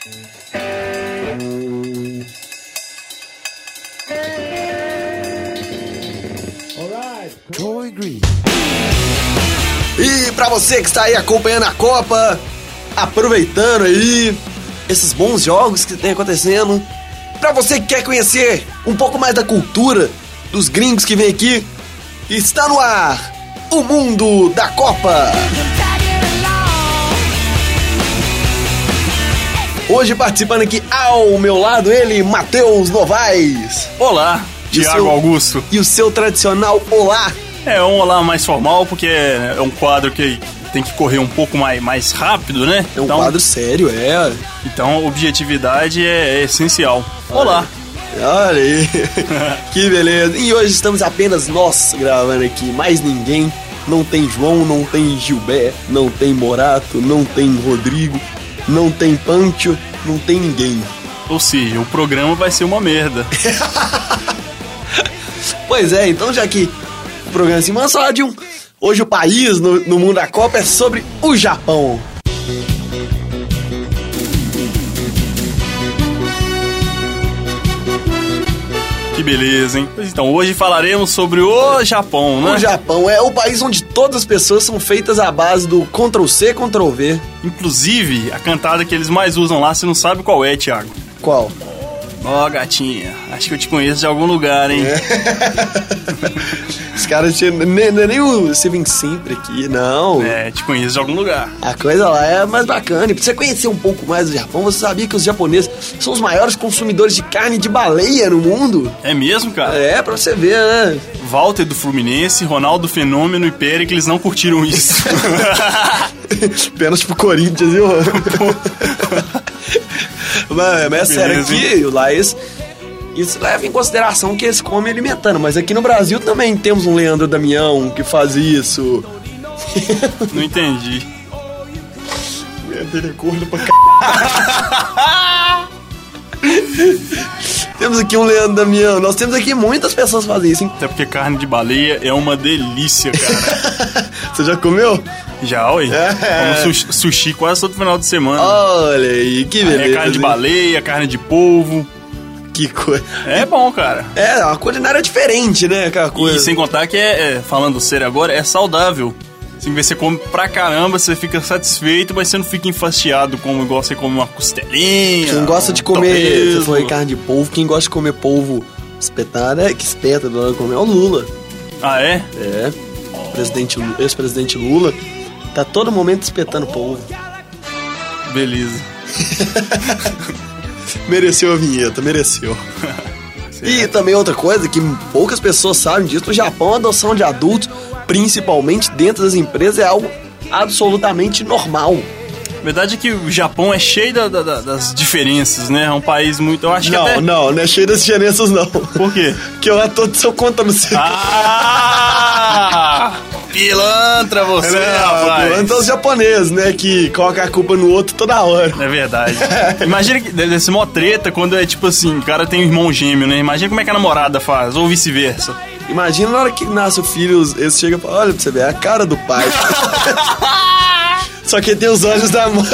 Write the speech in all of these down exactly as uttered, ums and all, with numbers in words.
E pra você que está aí acompanhando a Copa, aproveitando aí esses bons jogos que tem acontecendo, pra você que quer conhecer um pouco mais da cultura dos gringos que vem aqui, está no ar o Mundo da Copa. Hoje participando aqui ao meu lado ele, Matheus Novaes. Olá, Thiago Augusto. E o seu tradicional olá. É um olá mais formal, porque é um quadro que tem que correr um pouco mais, mais rápido, né? É um então, quadro sério, é. Então, objetividade é, é essencial. Olá. Olha aí, que beleza. E hoje estamos apenas nós gravando aqui, mais ninguém. Não tem João, não tem Gilberto, não tem Morato, não tem Rodrigo, não tem Pancho, não tem ninguém. Ou seja, o programa vai ser uma merda. Pois é, então já que o programa é assim, mas só de um... Hoje o país no, no mundo da Copa é sobre o Japão. Que beleza, hein? Então, hoje falaremos sobre o Japão, né? O Japão é o país onde todas as pessoas são feitas à base do control C, control V. Inclusive, a cantada que eles mais usam lá, você não sabe qual é, Thiago. Qual? Ó, oh, gatinha, acho que eu te conheço de algum lugar, hein? É. Os caras não é nem o Você Vem Sempre aqui, não. É, te conheço de algum lugar. A coisa lá é mais bacana. E pra você conhecer um pouco mais do Japão, você sabia que os japoneses são os maiores consumidores de carne de baleia no mundo? É mesmo, cara? É, pra você ver, né? Walter do Fluminense, Ronaldo Fenômeno e Péricles não curtiram isso. Pênalti pro Corinthians, viu? Mas, mas é sério, aqui lá isso, isso leva em consideração que eles comem alimentando. Mas aqui no Brasil também temos um Leandro Damião que faz isso. Não entendi. Ele é gordo pra c... Temos aqui um Leandro Damião. Nós temos aqui muitas pessoas que fazem isso, hein? Até porque carne de baleia é uma delícia, cara. Você já comeu? Já, ui. É. Como sushi, sushi quase todo final de semana. Olha aí, que beleza. Aí é carne de baleia, carne de polvo. Que coisa. É bom, cara. É, uma culinária diferente, né? Aquela coisa. E sem contar que, é, é falando sério agora, é saudável. Assim, você come pra caramba, você fica satisfeito, mas você não fica enfastiado como igual você come uma costelinha. Quem gosta de comer, você foi carne de polvo, quem gosta de comer polvo espetado, é que espeta do lado de comer é o Lula. Ah, é? É. O presidente, ex-presidente Lula tá todo momento espetando polvo. Beleza. Mereceu a vinheta, mereceu. E também outra coisa que poucas pessoas sabem disso, no Japão a adoção de adultos, principalmente dentro das empresas, é algo absolutamente normal. A verdade é que o Japão é cheio da, da, das diferenças, né? É um país muito... Eu acho não, que até... não, não é cheio das diferenças, não. Por quê? Porque eu tô de seu conta no seu. Ah! Pilantra você, é, rapaz. Pilantra os japoneses, né? Que colocam a culpa no outro toda hora. É verdade. Imagina que deve ser mó treta quando é tipo assim, o cara tem um irmão gêmeo, né? Imagina como é que a namorada faz, ou vice-versa. Imagina na hora que nasce o filho, eles chegam e falam, olha pra você ver, é a cara do pai. Só que tem os olhos da mãe.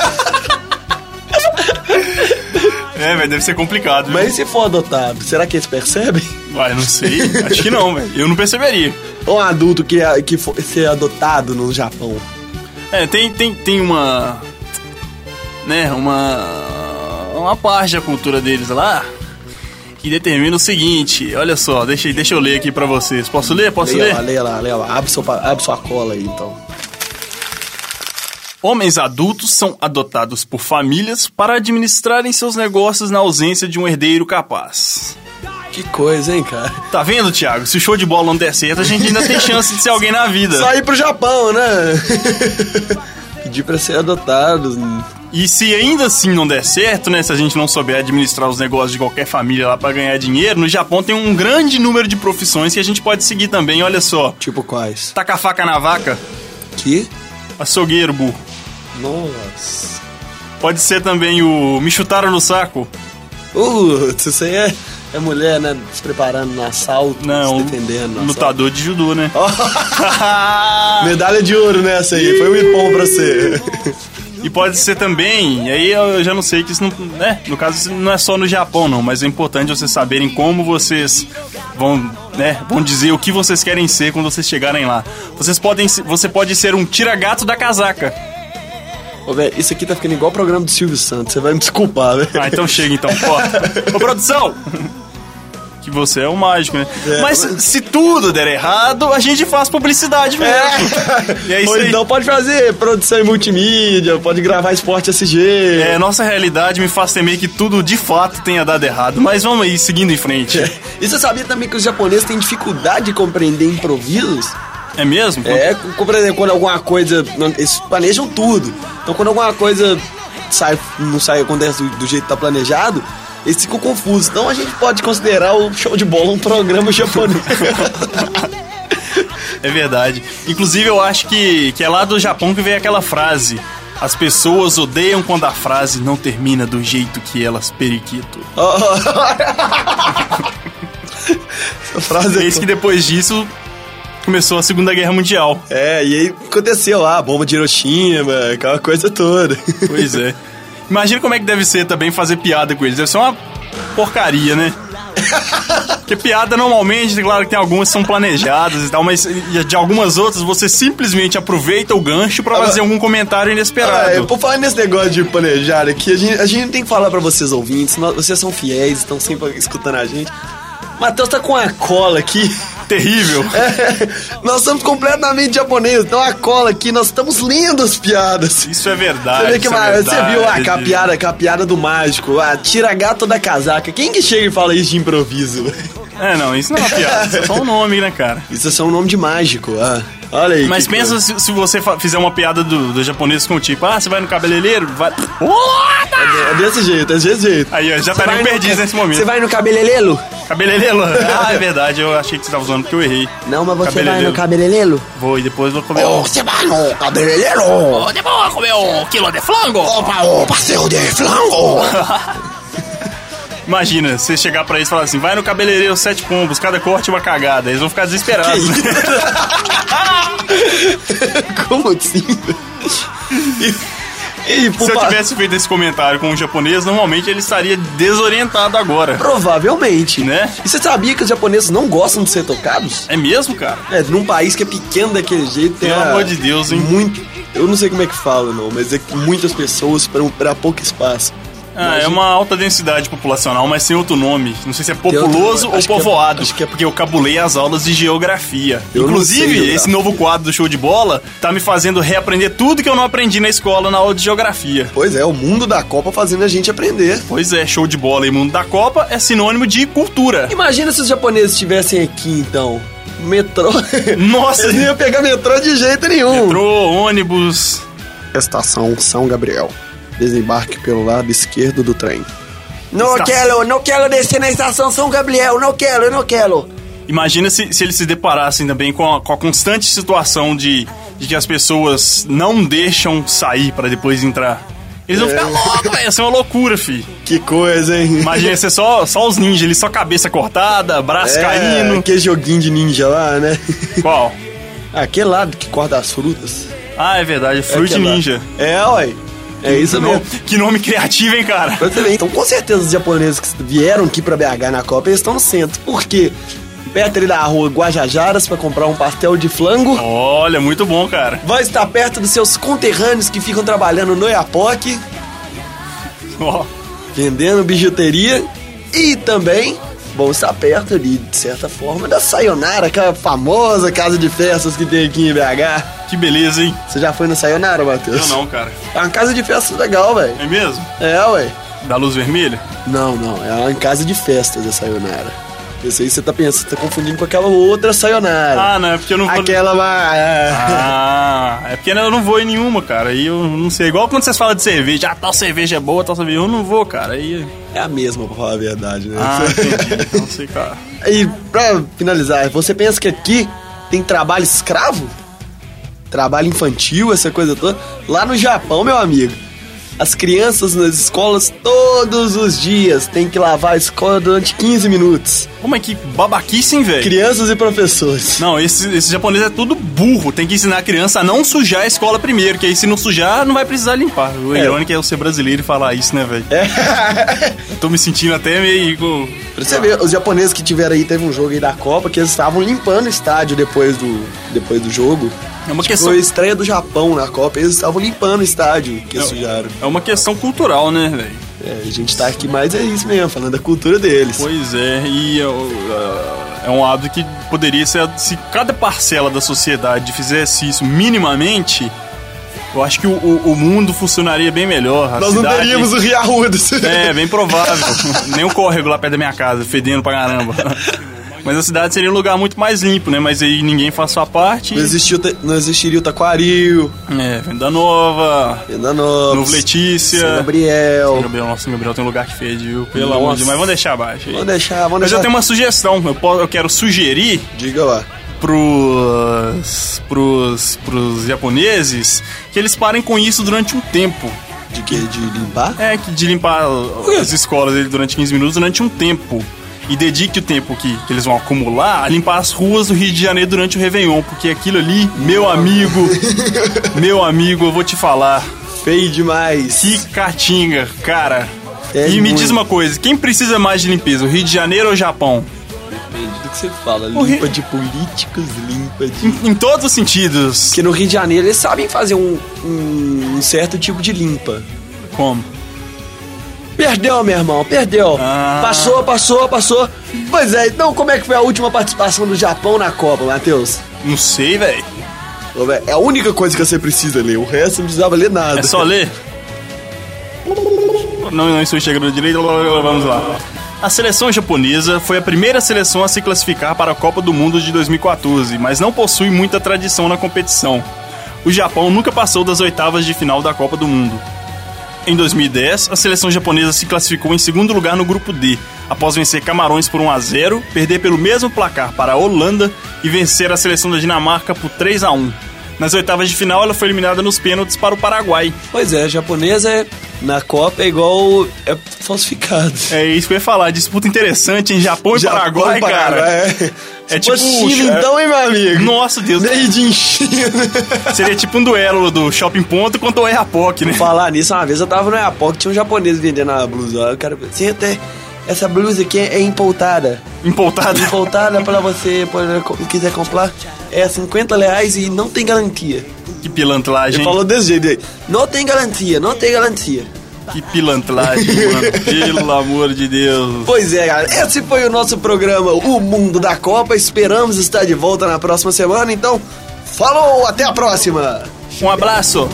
É, velho, deve ser complicado. Mas viu? E se for adotado, será que eles percebem? Ué, não sei, acho que não, velho. Eu não perceberia. Um adulto que, que for ser adotado no Japão. É, tem, tem, tem uma... Né, uma... Uma parte da cultura deles lá que determina o seguinte, olha só, deixa, deixa eu ler aqui pra vocês. Posso ler? Posso leia ler? Lá, leia lá, leia lá. Abre, seu, abre sua cola aí, então. Homens adultos são adotados por famílias para administrarem seus negócios na ausência de um herdeiro capaz. Que coisa, hein, cara? Tá vendo, Thiago? Se o show de bola não der certo, a gente ainda tem chance de ser alguém na vida. Só ir pro Japão, né? Pedir pra ser adotados. E se ainda assim não der certo, né? Se a gente não souber administrar os negócios de qualquer família lá pra ganhar dinheiro, no Japão tem um grande número de profissões que a gente pode seguir também, olha só. Tipo quais? Taca a faca na vaca. Que? Açougueiro, burro. Nossa. Pode ser também o me chutaram no saco. Uh, isso aí é, é mulher, né? Se preparando no assalto, não, se defendendo. No lutador assalto. de judô, né? Medalha de ouro nessa aí, foi um ipom pra você. E pode ser também, e aí eu já não sei que isso não, né? No caso, isso não é só no Japão, não, mas é importante vocês saberem como vocês vão, né? Vão dizer o que vocês querem ser quando vocês chegarem lá. Vocês podem, você pode ser um tira-gato da casaca. Ô, velho, isso aqui tá ficando igual o programa do Silvio Santos, você vai me desculpar, velho. Ah, então chega, então, corta. Ô, produção! Que você é um mágico, né? É, mas, mas se tudo der errado, a gente faz publicidade mesmo. É. E é isso Ou aí. então pode fazer produção em multimídia, pode gravar Esporte S G. É, nossa realidade me faz temer que tudo de fato tenha dado errado. Mas vamos aí, seguindo em frente. É. E você sabia também que os japoneses têm dificuldade de compreender improvisos? É mesmo? É, por exemplo, quando alguma coisa... Eles planejam tudo. Então quando alguma coisa sai, não sai, acontece do, do jeito que tá planejado... Eles ficam confusos. Então a gente pode considerar o Show de Bola um programa japonês. É verdade. Inclusive eu acho que, que é lá do Japão que veio aquela frase: as pessoas odeiam quando a frase não termina do jeito que elas periquitam. Essa frase é Eis que depois disso começou a Segunda Guerra Mundial. É, e aí aconteceu lá, a bomba de Hiroshima, aquela coisa toda. Pois é. Imagina como é que deve ser também fazer piada com eles. Deve ser uma porcaria, né? Porque piada normalmente, claro que tem algumas que são planejadas e tal, mas de algumas outras você simplesmente aproveita o gancho pra fazer ah, algum comentário inesperado. Ah, é, por falar nesse negócio de planejar aqui, a gente, a gente tem que falar pra vocês ouvintes, nós, vocês são fiéis, estão sempre escutando a gente. Matheus tá com uma cola aqui. Terrível. É, nós somos completamente japoneses, então a cola aqui, nós estamos lendo as piadas. Isso é verdade. Você, vê que, é mas, verdade. Você viu ah, aquela piada, aquela piada do mágico, a tira gato da casaca. Quem que chega e fala isso de improviso? É, não, isso não é uma piada, isso é só um nome, né, cara? Isso é só um nome de mágico, ah. Olha aí. Mas pensa se, se você fizer uma piada do, do japonês com o tipo, ah, você vai no cabeleireiro? Vai... É, é desse jeito, é desse jeito. Aí, ó, já tá meio perdido no, nesse momento. Você vai no cabeleireiro? Cabeleireiro? Ah, é verdade, eu achei que você tava usando porque eu errei. Não, mas você vai no cabeleireiro? Vou, e depois vou comer oh, um... Você vai no cabeleireiro? Oh, depois vou comer um quilo de flango. Opa, oh, passeio de flango. Imagina, você chegar pra eles e falar assim, vai no cabeleireiro sete pombos, cada corte uma cagada. Eles vão ficar desesperados. Como assim? E, e, Se eu tivesse feito esse comentário com um japonês, normalmente ele estaria desorientado agora. Provavelmente. Né? E você sabia que os japoneses não gostam de ser tocados? É mesmo, cara? É, num país que é pequeno daquele jeito... Tem Pelo a, amor de Deus, hein? Muito... Eu não sei como é que fala, não, mas é que muitas pessoas para, para pouco espaço. Ah, Imagina. É uma alta densidade populacional, mas sem outro nome. Não sei se é populoso outro, ou povoado. Que é, acho que é... Porque eu cabulei as aulas de geografia. Eu Inclusive, sei, esse novo quadro do Show de Bola tá me fazendo reaprender tudo que eu não aprendi na escola na aula de geografia. Pois é, o mundo da Copa fazendo a gente aprender. Pois é, Show de Bola e mundo da Copa é sinônimo de cultura. Imagina se os japoneses estivessem aqui, então. Metrô. Nossa! Eles não iam pegar metrô de jeito nenhum. Metrô, ônibus. Estação São Gabriel. Desembarque pelo lado esquerdo do trem. Não Está... quero, não quero descer na estação São Gabriel, não quero, não quero. Imagina se, se eles se deparassem também com a, com a constante situação de, de que as pessoas não deixam sair pra depois entrar. Eles vão é. ficar loucos, velho. Isso é uma loucura, fi. Que coisa, hein? Imagina ser só, só os ninjas ali, só cabeça cortada, braço é, caindo. Aquele joguinho de ninja lá, né? Qual? Aquele lá que corta as frutas. Ah, é verdade, Fruit é Ninja. É, ué. É isso mesmo. Que nome criativo, hein, cara? Então, com certeza, os japoneses que vieram aqui pra B H na Copa, eles estão no centro. Por quê? Perto ali da rua Guajajaras pra comprar um pastel de flango. Olha, muito bom, cara. Vai estar perto dos seus conterrâneos que ficam trabalhando no Iapoque. Ó. Vendendo bijuteria. E também vão estar perto ali, de certa forma, da Sayonara, aquela famosa casa de festas que tem aqui em B H. Que beleza, hein? Você já foi no Sayonara, Matheus? Eu não, cara. É uma casa de festas legal, velho. É mesmo? É, ué. Da luz vermelha? Não, não. É uma casa de festas a Sayonara. Esse aí você tá pensando, você tá confundindo com aquela outra Sayonara. Ah, não, é porque eu não vou... Aquela lá... Ah, é porque eu não vou em nenhuma, cara. Aí eu não sei. Igual quando vocês falam de cerveja. Ah, tal cerveja é boa, tal cerveja... Eu não vou, cara. Aí... É a mesma, pra falar a verdade, né? Ah, entendi. Não sei, cara. E pra finalizar, você pensa que aqui tem trabalho escravo? Trabalho infantil, essa coisa toda? Lá no Japão, meu amigo, As crianças nas escolas todos os dias têm que lavar a escola durante quinze minutos. Como é que babaquice, hein, velho? Crianças e professores. Não, esse, esse japonês é tudo burro. Tem que ensinar a criança a não sujar a escola primeiro, que aí se não sujar, não vai precisar limpar. O É. irônico é eu ser brasileiro e falar isso, né, velho? É. Eu tô me sentindo até meio... com- Pra você ver, os japoneses que tiveram aí, teve um jogo aí da Copa que eles estavam limpando o estádio depois do, depois do jogo. É uma Tipo, questão... Foi a estreia do Japão na Copa, eles estavam limpando o estádio que eles sujaram. É uma questão cultural, né, velho? É, a gente tá aqui mais é isso mesmo, falando da cultura deles. Pois é, e é, o- é um hábito que poderia ser... Se cada parcela da sociedade fizesse isso minimamente, eu acho que o, o- o mundo funcionaria bem melhor. A Nós não cidade- teríamos o Rio Arrudas. É, bem provável. Nem um córrego lá perto da minha casa, fedendo pra caramba. Mas a cidade seria um lugar muito mais limpo, né? Mas aí ninguém faz sua parte. Não, existiu, não existiria o Taquaril, É, Venda Nova, Venda Nova, Novo Letícia. São Gabriel. São Gabriel, nossa, São Gabriel tem um lugar que fede, viu? Pelo Nossa. amor de Deus. Mas vamos deixar abaixo. aí. Vamos deixar, vamos Mas deixar. eu tenho uma sugestão. Eu, posso, eu quero sugerir Diga lá. pros, pros, pros japoneses que eles parem com isso durante um tempo. De que? De limpar? É, que de limpar as escolas dele durante quinze minutos durante um tempo. E dedique o tempo que, que eles vão acumular a limpar as ruas do Rio de Janeiro durante o Réveillon. Porque aquilo ali, meu amigo, meu amigo, eu vou te falar. Feio demais. Que catinga, cara. É e me muito. diz uma coisa, quem precisa mais de limpeza, o Rio de Janeiro ou o Japão? Depende do que você fala. O Limpa Rio- de políticos, limpa de... Em, em todos os sentidos. Porque no Rio de Janeiro eles sabem fazer um, um, um certo tipo de limpa. Como? Perdeu, meu irmão, perdeu. Ah. Passou, passou, passou. Pois é, então como é que foi a última participação do Japão na Copa, Matheus? Não sei, velho. Ô, véi, é a única coisa que você precisa ler, o resto não precisava ler nada. É só ler? Não, não estou chegando direito, vamos lá. A seleção japonesa foi a primeira seleção a se classificar para a Copa do Mundo de dois mil e quatorze, mas não possui muita tradição na competição. O Japão nunca passou das oitavas de final da Copa do Mundo. Em dois mil e dez, a seleção japonesa se classificou em segundo lugar no grupo D, após vencer Camarões por um a zero, perder pelo mesmo placar para a Holanda e vencer a seleção da Dinamarca por três a um. Nas oitavas de final, ela foi eliminada nos pênaltis para o Paraguai. Pois é, japonesa é, na Copa é igual... é falsificado. É isso que eu ia falar, disputa interessante em Japão e Japão Paraguai, e Paraguai, cara. É, É tipo tipo, China, é- então, hein, meu amigo? Nossa, Deus. Made in China. Seria tipo um duelo do Shopping Ponto contra o Eapoc, né? Falar nisso, uma vez eu tava no Iapoc, tinha um japonês vendendo a blusa. O cara, assim, até essa blusa aqui é importada. Empoltado. Importada pra você, poder, quiser comprar, é cinquenta reais e não tem garantia. Que pilantragem. Ele falou desse jeito aí. Não tem garantia, não tem garantia. Que pilantragem, mano. Pelo amor de Deus. Pois é, galera, esse foi o nosso programa O Mundo da Copa. Esperamos estar de volta na próxima semana. Então, falou, até a próxima! Um abraço.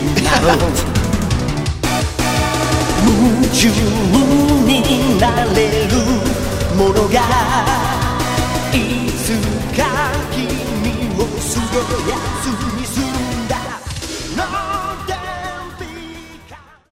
夢中になれるものがいつか君をすごいやつに